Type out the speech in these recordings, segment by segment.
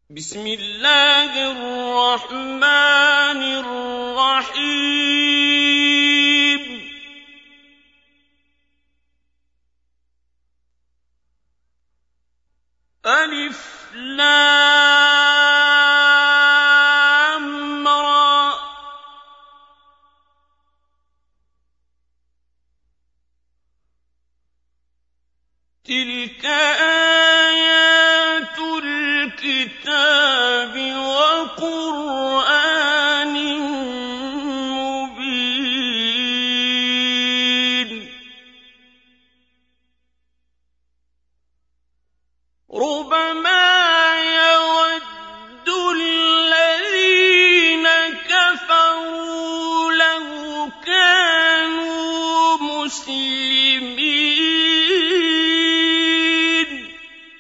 بسم الله الرحمن الرحيم ألف لام را تلك آيات الكتاب وقرآن مبين ربما يود الذين كفروا لو كانوا مسلمين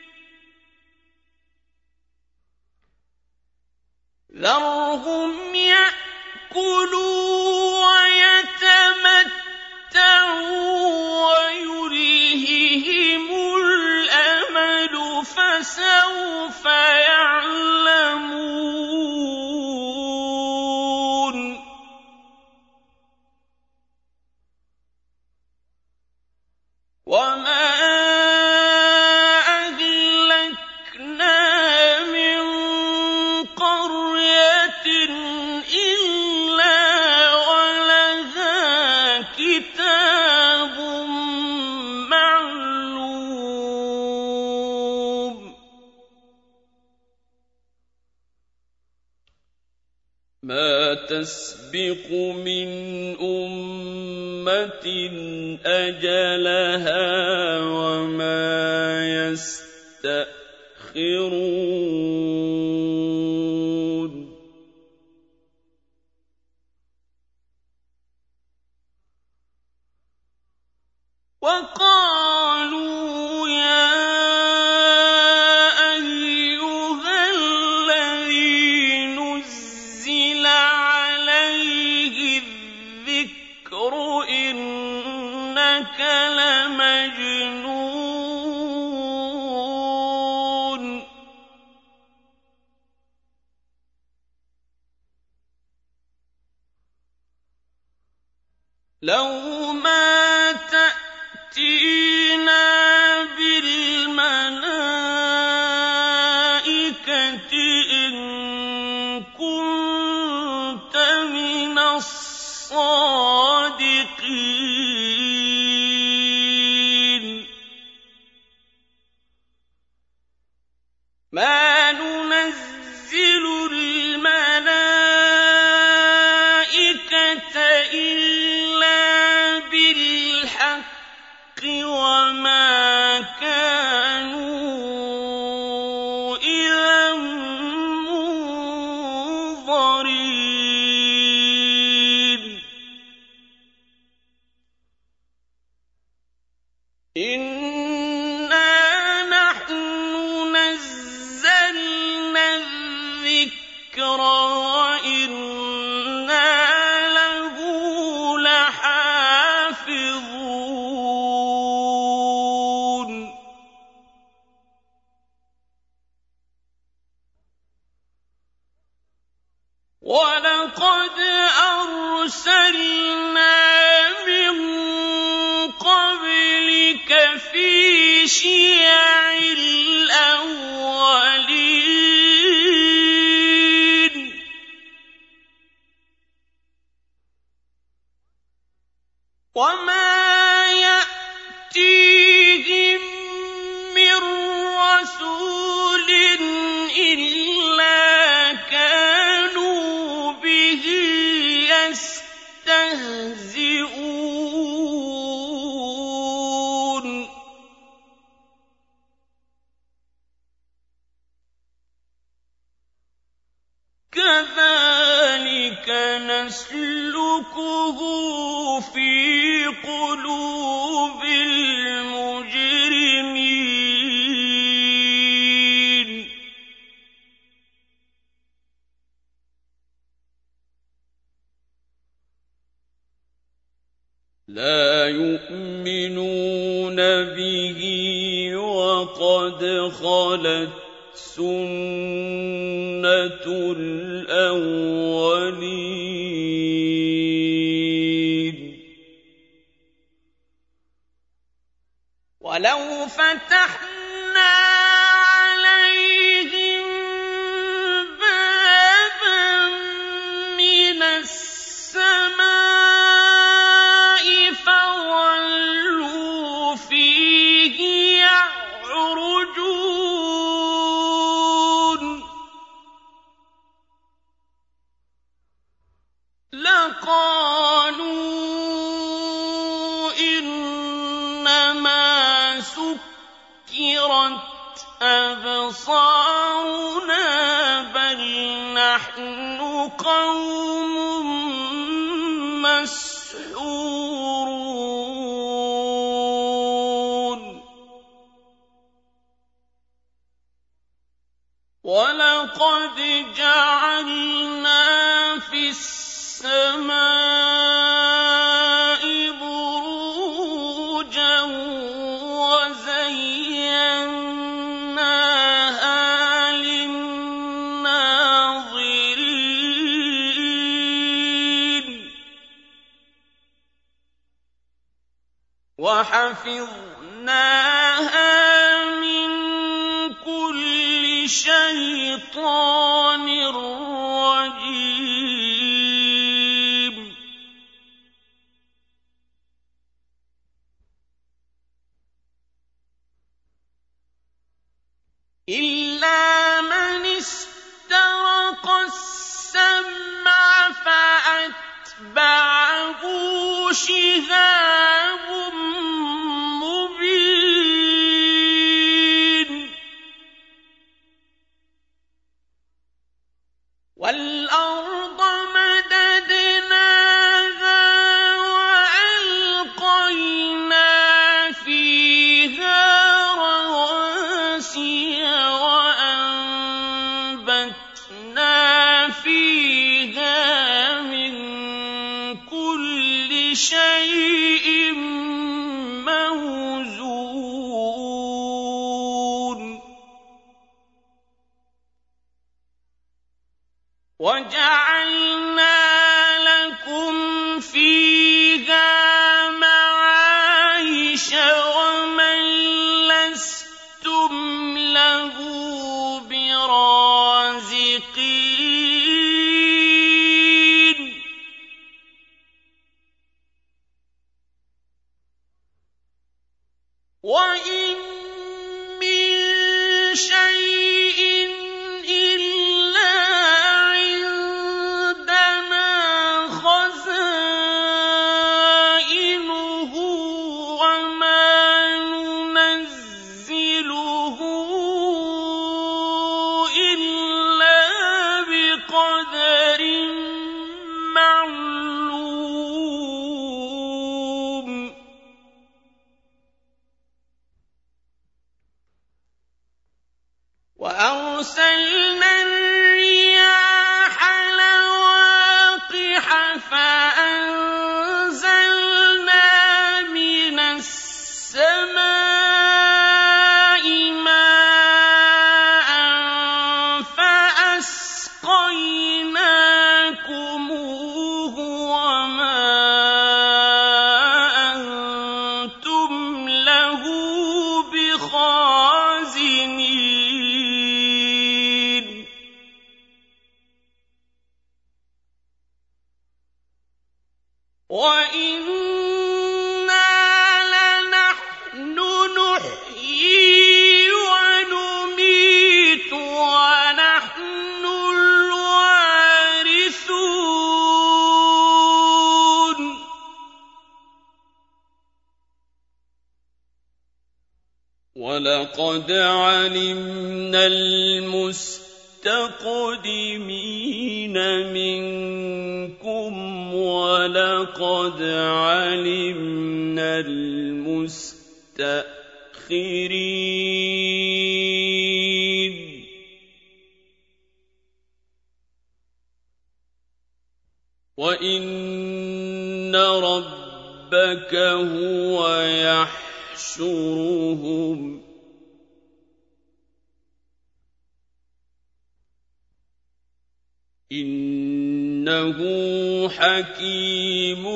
ذرهم يأكلوا ويتمتعوا ويلههم الأمل فسوف يعلمون وما أهلكنا من قرية إلا ولها كتاب معلوم ما تسبق من أمة أجلها وما يستأخرون وقالوا يا أيها الذي نزل عليه الذكر إنك لمجنون لو ما تأتينا بالملائكة إن كنت من الصادقين ما ننزل الملائكة إلا بالحق وما كانوا إذا منظرين إنا نحن نزلنا الذكر وإنا له لحافظون ولقد أرسلنا من قبلك في شيع الأولين وما يأتيهم من رسول إلا كانوا به يستهزئون كذلك نسلكه في قلوب المجرمين لا يؤمنون به وقد خلت سُنَّةُ الْأَوَّلِينَ وَلَوْ فَتَحْنَا عَلَيْهِم بَابًا مِّنَ السَّمَاءِ فَظَلُّوا فِيهِ يَعْرُجُونَ لَقَالُوا إِنَّمَا سُكِّرَتْ أَبْصَارُنَا بَلْ نَحْنُ قَوْمٌ مَّسْحُورُونَ وَلَقَدْ جَعَلْنَا فِي السَّمَاءِ بُرُوجًا وَزَيَّنَّاهَا لِلنَّاظِرِينَ وَحَفِظْنَاهَا مِن كُلِّ شَيْطَانٍ رَّجِيمٍ إِلَّا مَنِ اسْتَرَقَ السَّمْعَ فَأَتْبَعَهُ شِهَابٌ مُّبِينٌ وَالْأَرْضَ مَدَدْنَاهَا وَأَلْقَيْنَا فِيهَا رَوَاسِيَ وَأَنبَتْنَا فِيهَا مِن كُلِّ شَيْءٍ مَّوْزُونٍ وَجَعَلْنَا لَكُمْ فِيهَا مَعَايِشَ وَمَن لَّسْتُمْ لَهُ بِرَازِقِينَ وَإِن مِّن شَيْءٍ إِلَّا عِندَنَا خَزَائِنُهُ وَمَا نُنَزِّلُهُ إِلَّا بِقَدَرٍ مَّعْلُومٍ وَأَرْسَلْنَا الرِّيَاحَ لَوَاقِحَ فَأَنزَلْنَا مِنَ السَّمَاءِ مَاءً فَأَسْقَيْنَاكُمُوهُ وَمَا أَنتُمْ لَهُ بِخَازِنِينَ وَإِنَّا لَنَحْنُ نُحْيِي وَنُمِيتُ وَنَحْنُ الْوَارِثُونَ وَلَقَدْ عَلِمْنَا الْمُسْتَقْدِمِينَ مِنكُمْ وَلَقَدْ عَلِمْنَا الْمُسْتَأْخِرِينَ وَإِنَّ رَبَّكَ هُوَ يَحْشُرُهُمْ إِنَّهُ حَكِيمٌ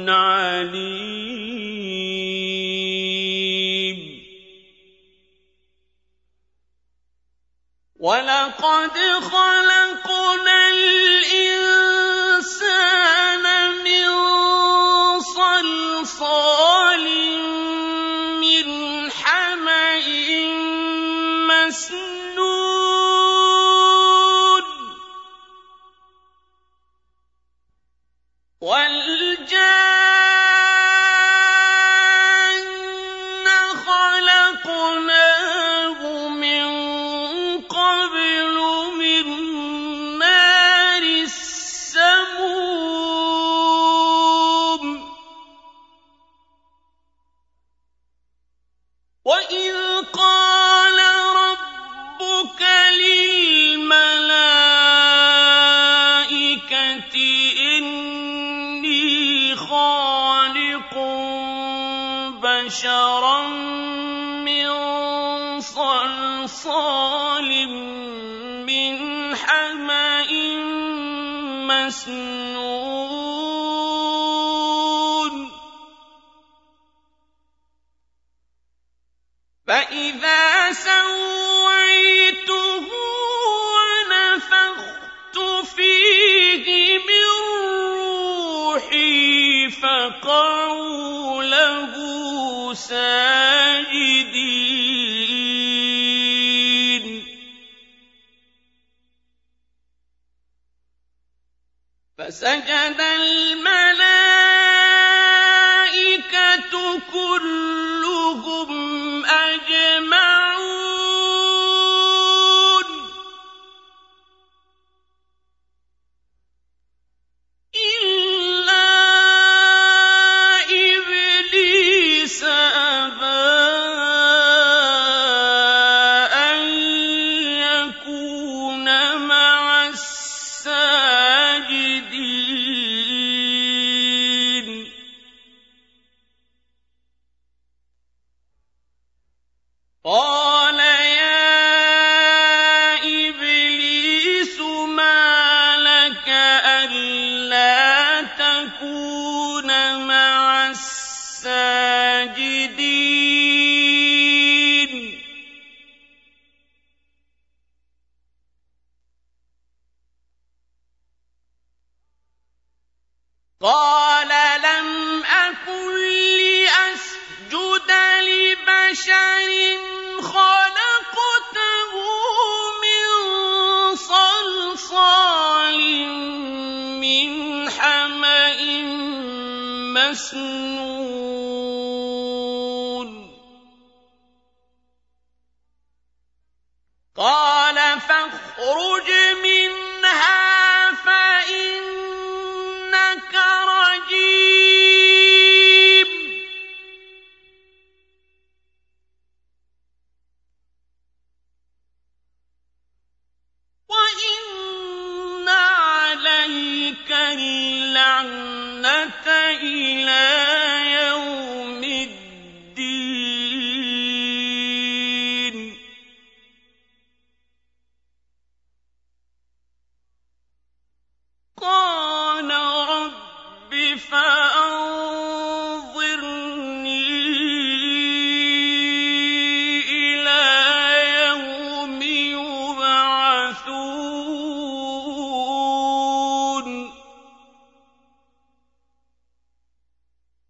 عَلِيمٌ وَلَقَدْ خَلَقْنَا الْإِنسَانَ مِن صَلْصَالٍ مِّنْ حَمَإٍ مَّسْنُونٍ وَالْجَانَّ خَلَقْنَاهُ مِن قَبْلُ مِن نَّارِ السَّمُومِ وَإِذْ قَالَ رَبُّكَ لِلْمَلَائِكَةِ إِنِّي خَالِقٌ بَشَرًا مِّن صَلْصَالٍ مِّنْ حَمَإٍ مَّسْنُونٍ فَإِذَا سَوَّيْتُهُ وَنَفَخْتُ فِيهِ مِن رُّوحِي فَقَعُوا لَهُ سَاجِدِينَ فَسَجَدَ الْمَلَائِكَةُ كُلُّهُمْ أَجْمَعُونَ إِلَّا إِبْلِيسَ أَبَىٰ أَن يَكُونَ مَعَ السَّاجِدِينَ قَالَ يَا إِبْلِيسُ مَا لَكَ أَلَّا تَكُونَ مَعَ السَّاجِدِينَ قَالَ لَمْ أَكُن لِّأَسْجُدَ لِبَشَرٍ خَلَقْتَهُ مِن صَلْصَالٍ مِّنْ حَمَإٍ مَّسْنُونٍ قَالَ فَاخْرُجْ مِنْهَا فَإِنَّكَ رَجِيمٌ وَإِنَّ عَلَيْكَ اللَّعْنَةَ إِلَىٰ يَوْمِ الدِّينِ قَالَ رَبِّ فَأَنظِرْنِي إِلَىٰ يَوْمِ يُبْعَثُونَ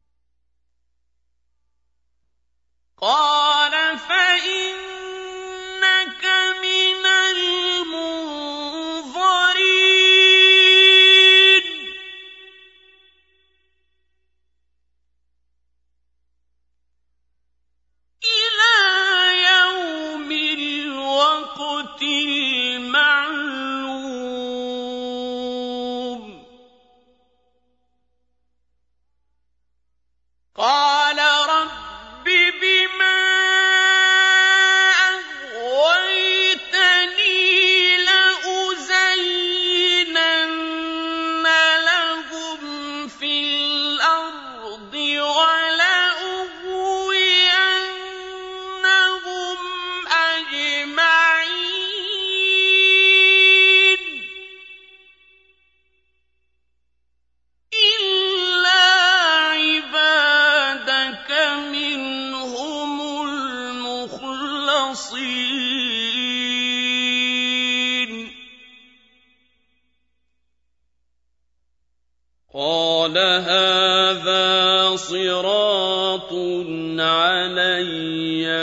قَالَ هَٰذَا صِرَاطٌ عَلَيَّ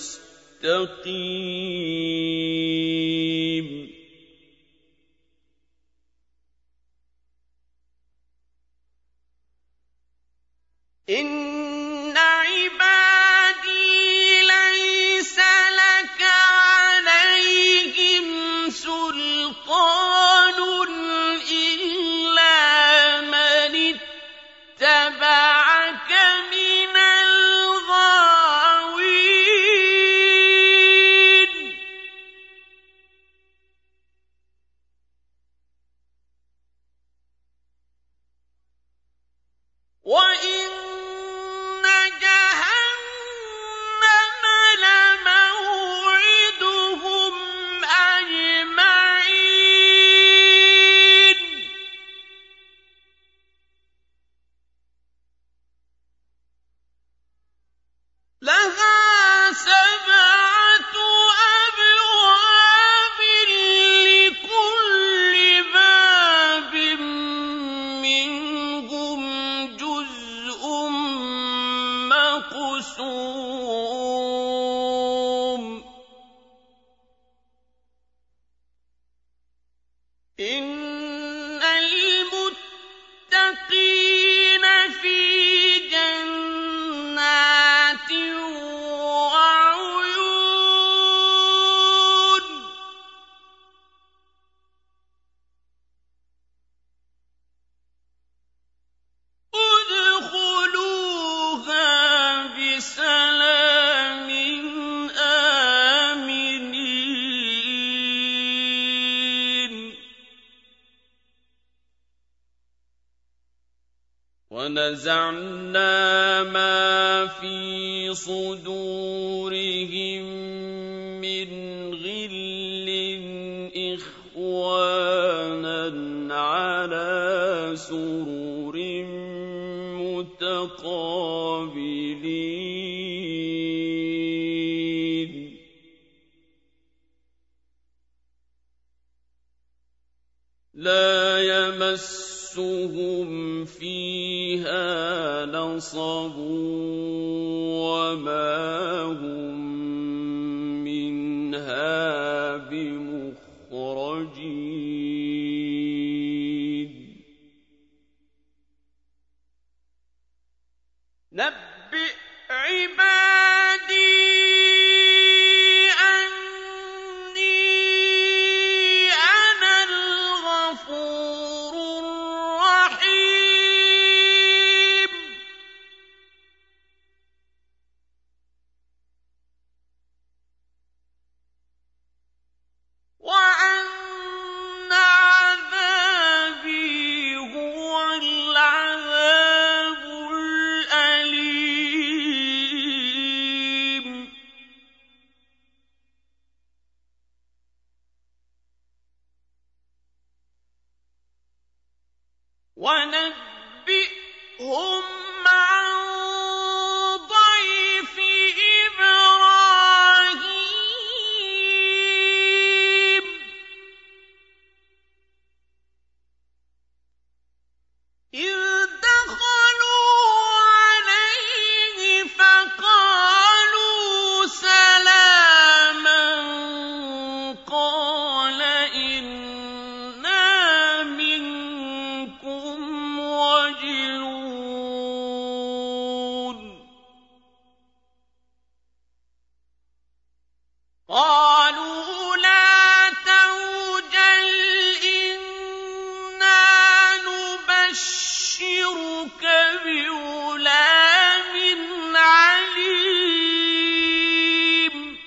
مُسْتَقِيمٌ إِنَّ عِبَادِي لَيْسَ لَكَ عَلَيْهِمْ سُلْطَانٌ إِلَّا مَنِ اتَّبَعَكَ مِنَ الْغَاوِينَ وَإِنَّ جَهَنَّمَ لَمَوْعِدُهُمْ أَجْمَعِينَ لَهَا 7 أَبْوَابٍ لِّكُلِّ بَابٍ مِّنْهُمْ جُزْءٌ مَّقْسُومٌ إِنَّ الْمُتَّقِينَ فِي جَنَّاتٍ وَعُيُونٍ ادْخُلُوهَا بِسَلَامٍ آمِنِينَ وَنَزَعْنَا مَا فِي صُدُورِهِم مِّنْ غِلٍّ إِخْوَانًا عَلَىٰ سُرُرٍ مُّتَقَابِلِينَ لَا يَمَسُّهُمْ فِيهَا نَصَبٌ وَمَا هُم مِّنْهَا بِمُخْرَجِينَ نَبِّئْ عِبَادِي أَنِّي أَنَا الْغَفُورُ الرَّحِيمُ وَأَنَّ عَذَابِي هُوَ الْعَذَابُ الْأَلِيمُ وَنَبِّئْهُمْ عَن ضَيْفِ إِبْرَاهِيمَ إِذْ دَخَلُوا عَلَيْهِ فَقَالُوا سَلَامًا قَالَ إِنَّا مِنكُمْ وَجِلُونَ قَالُوا لَا تَوْجَلْ إِنَّا نُبَشِّرُكَ بِغُلَامٍ عَلِيمٍ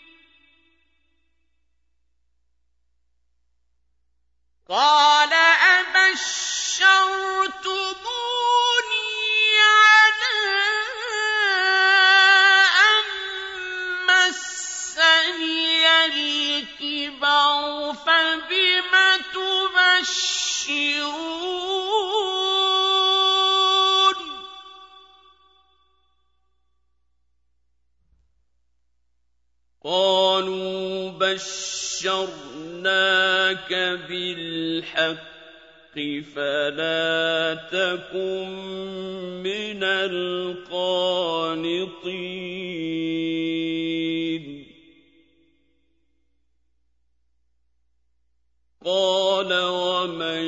قَالَ أَبَشَّرْتُمُونِي عَلَىٰ أَن مَّسَّنِيَ الْكِبَرُ فَبِمَ تُبَشِّرُونَ قَالُوا بَشَّرْنَاكَ بِالْحَقِّ فلا تكن من القانطين قال ومن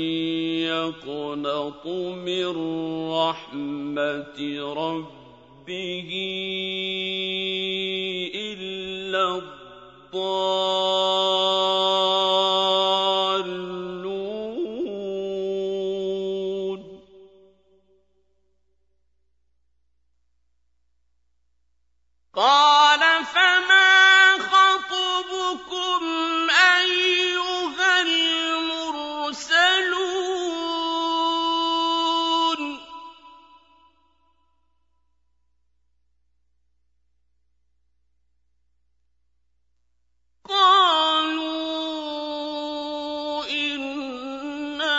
يقنط من رحمة ربه إلا الضالون قال فما خطبكم أيها المرسلون قالوا إنا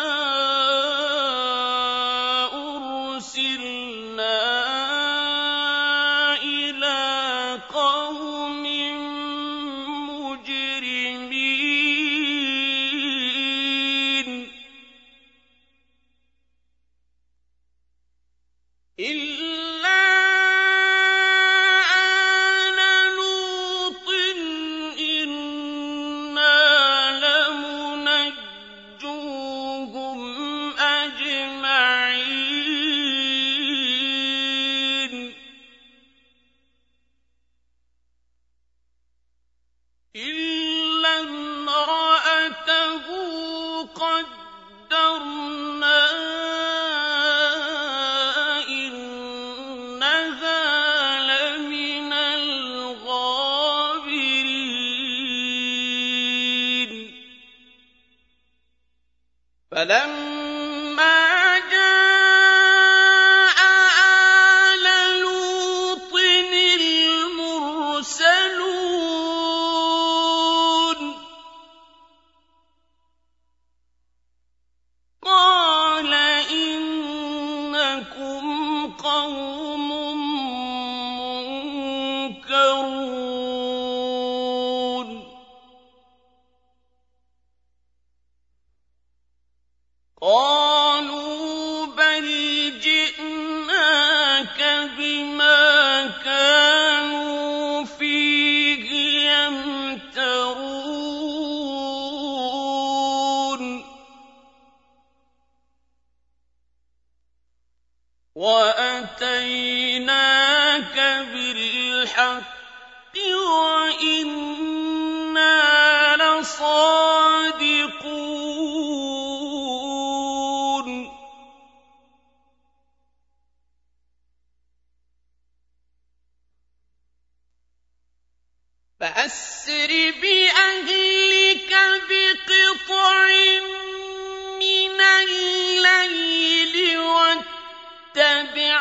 أرسلنا إلى قوم مجرمين إلا آل لوط إنا لمنجوهم أجمعين إلا امرأته قدرنا إنها لمن الغابرين فلما جاء آل لوط المرسلون قال إنكم قوم منكرون قالوا بل جئناك بما كانوا فيه يمترون وأتيناك بالحق وإنا لصادقون فأسر بأهلك بقطع من الليل واتبع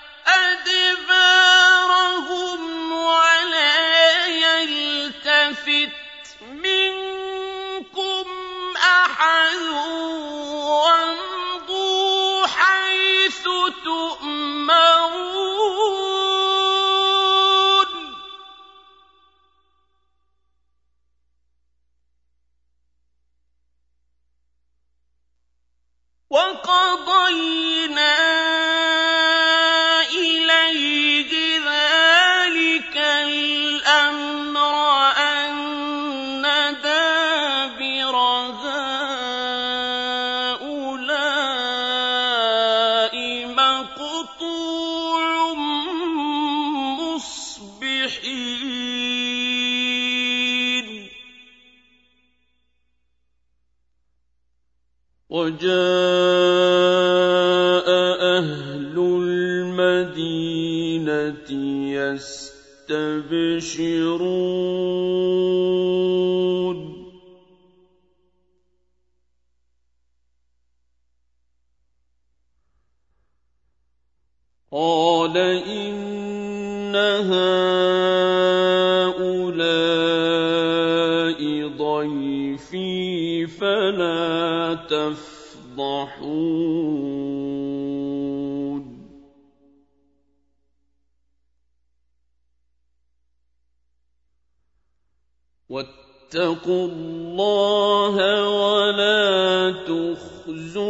أدبارهم ولا يلتفت منكم أحد وامضوا حيث تؤمرون وقضينا إليه ذلك الأمر أن دابر هؤلاء مقطوع مصبحين وجاء أهل المدينة يستبشرون قال إن هؤلاء ضيفي فلا تفضحون واتقوا الله ولا تخزون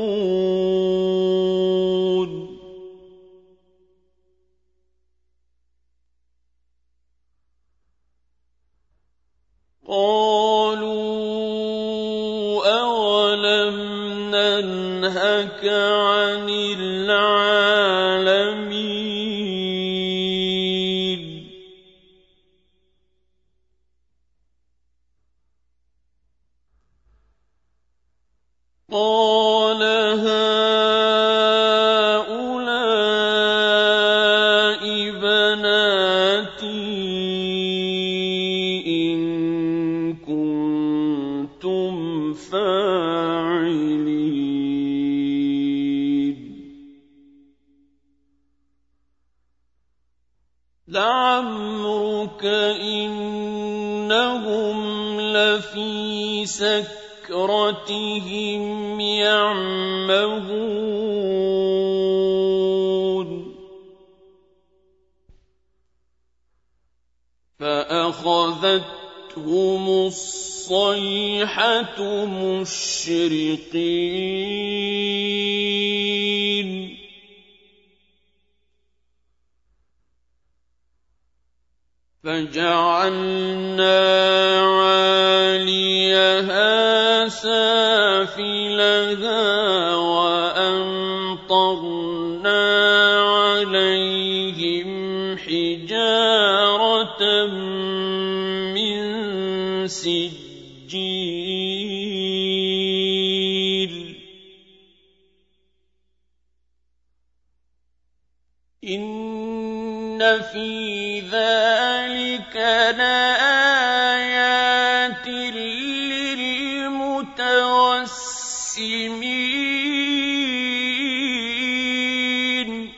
أولم ننهك عن العالمين قال هؤلاء بناتي إن كنتم فاعلين لعمرك إنهم لفي سكرتهم يعمهون فأخذتهم الصيحة مشرقين فجعلنا عاليها سافلها وأمطرنا عليهم حجارة من سجيل إن في ذلك لآيات للمتوسمين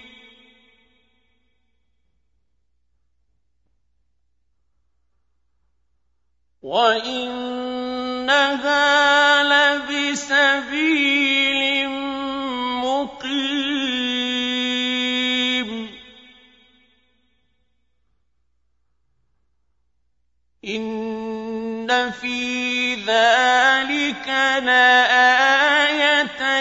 وإنها لبسبيل مقيم إن في ذلك لآية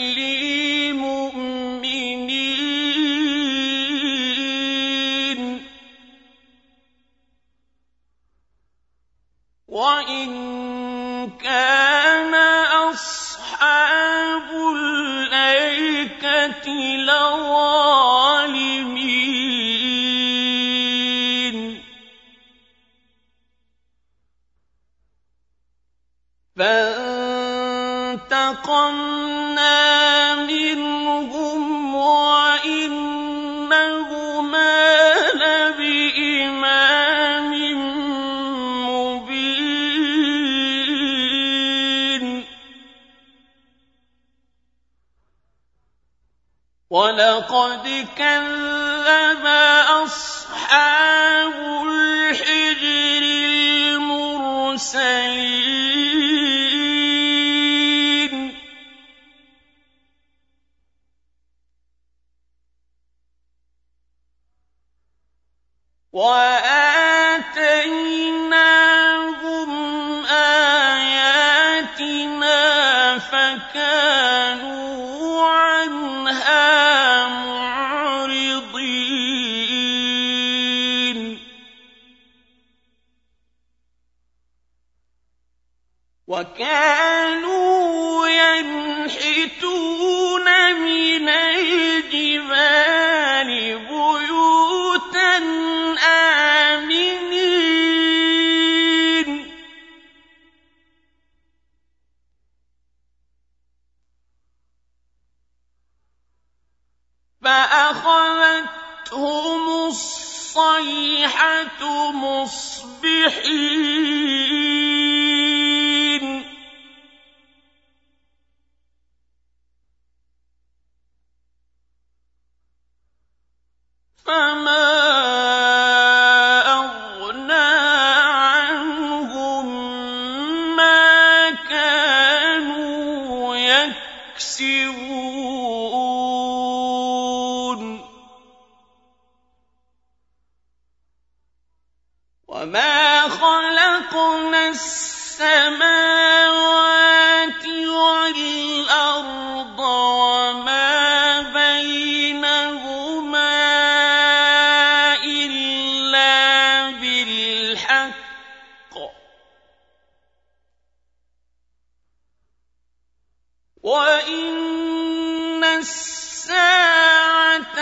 للمؤمنين وإن كان أصحاب الأيكة لظالمين فانتقمنا منهم وإنهما لبإمام مبين ولقد كذب أصحاب الحجر المرسلين وآتيناهم آياتنا فكانوا عنها معرضين وكانوا ينحتون من الجبال بيوتا آمنين فأخذتهم الصيحة مصبحين فما أغنى عنهم ما كانوا يكسبون وما خلقنا السماوات والأرض وما بينهما إلا بالحق وَإِنَّ السَّاعَةَ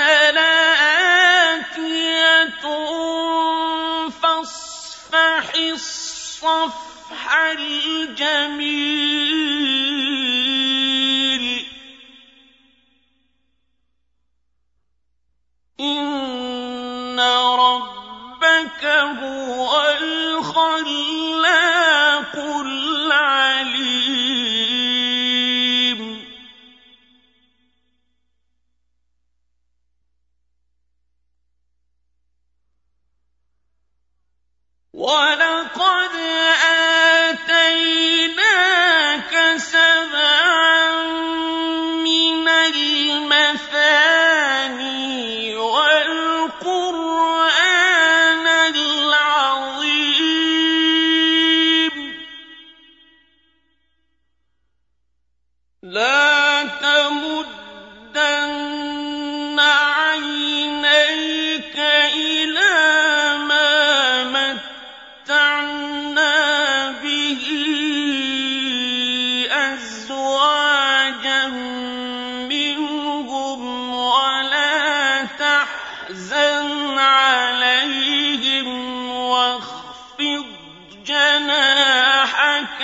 لَآتِيَةٌ فَاصْفَحِ الصَّفْحَ الْجَمِيلَ إِنَّ رَبَّكَ هُوَ الْخَلَّاقُ الْعَلِيمُ وَلَقَدْ آتَيْنَاكَ سَبْعًا مِّنَ الْمَثَانِي وَالْقُرْآنَ الْعَظِيمَ لَا تَمُدَّنَّ عَيْنَيْكَ إِلَىٰ مَا مَتَّعْنَا بِهِ أَزْوَاجًا مِّنْهُمْ وَلَا تَحْزَنْ عَلَيْهِمْ وَاخْفِضْ جَنَاحَكَ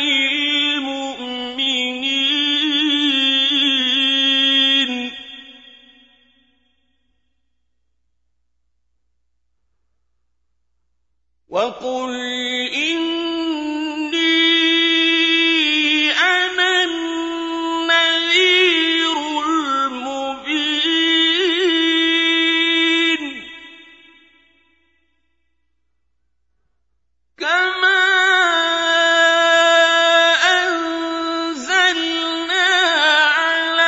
لِلْمُؤْمِنِينَ وَقُلْ إِنِّي أَنَا النَّذِيرُ الْمُبِينُ كَمَا أَنزَلْنَا عَلَى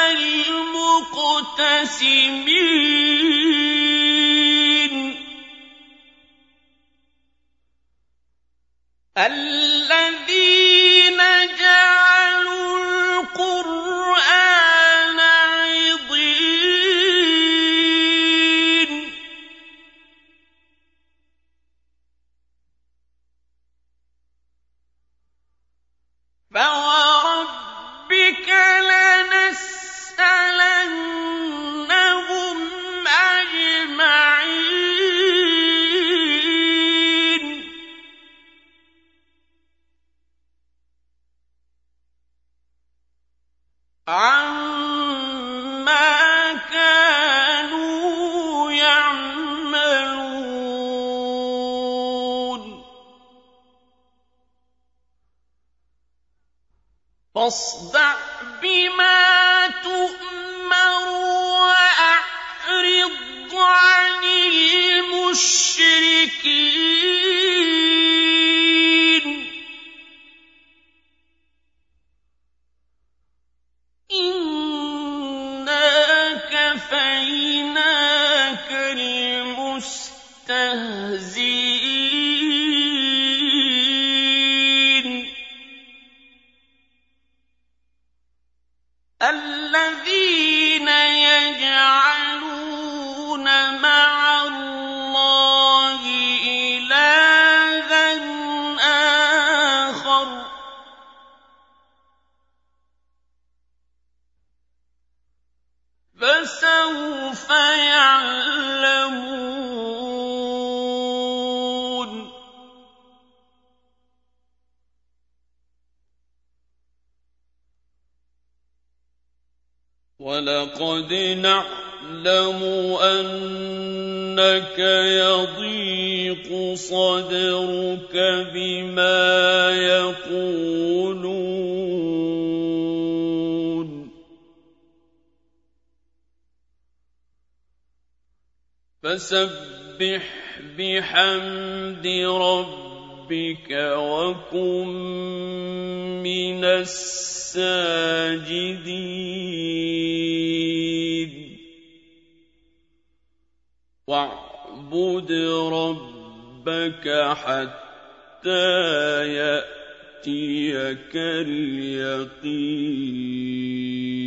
الْمُقْتَسِمِينَ الَّذِينَ جَعَلُوا الْقُرْآنَ عِضِينَ فَوَرَبِّكَ لَنَسْأَلَنَّهُمْ أَجْمَعِينَ عَمَّا كَانُوا يَعْمَلُونَ فاصدع بما تؤمر وأعرض عن المشركين إِنَّا كَفَيْنَاكَ الْمُسْتَهْزِئِينَ الَّذِينَ يَجْعَلُونَ مَعَ اللَّهِ إِلَٰهًا آخَرَ فَسَوْفَ يَعْلَمُونَ وَلَقَدْ نَعْلَمُ أَنَّكَ يَضِيقُ صَدْرُكَ بِمَا يَقُولُونَ فَسَبِّحْ بِحَمْدِ رَبِّكَ وَكُن مِّنَ السَّاجِدِينَ وَاعْبُدْ رَبَّكَ حَتَّىٰ يَأْتِيَكَ الْيَقِينُ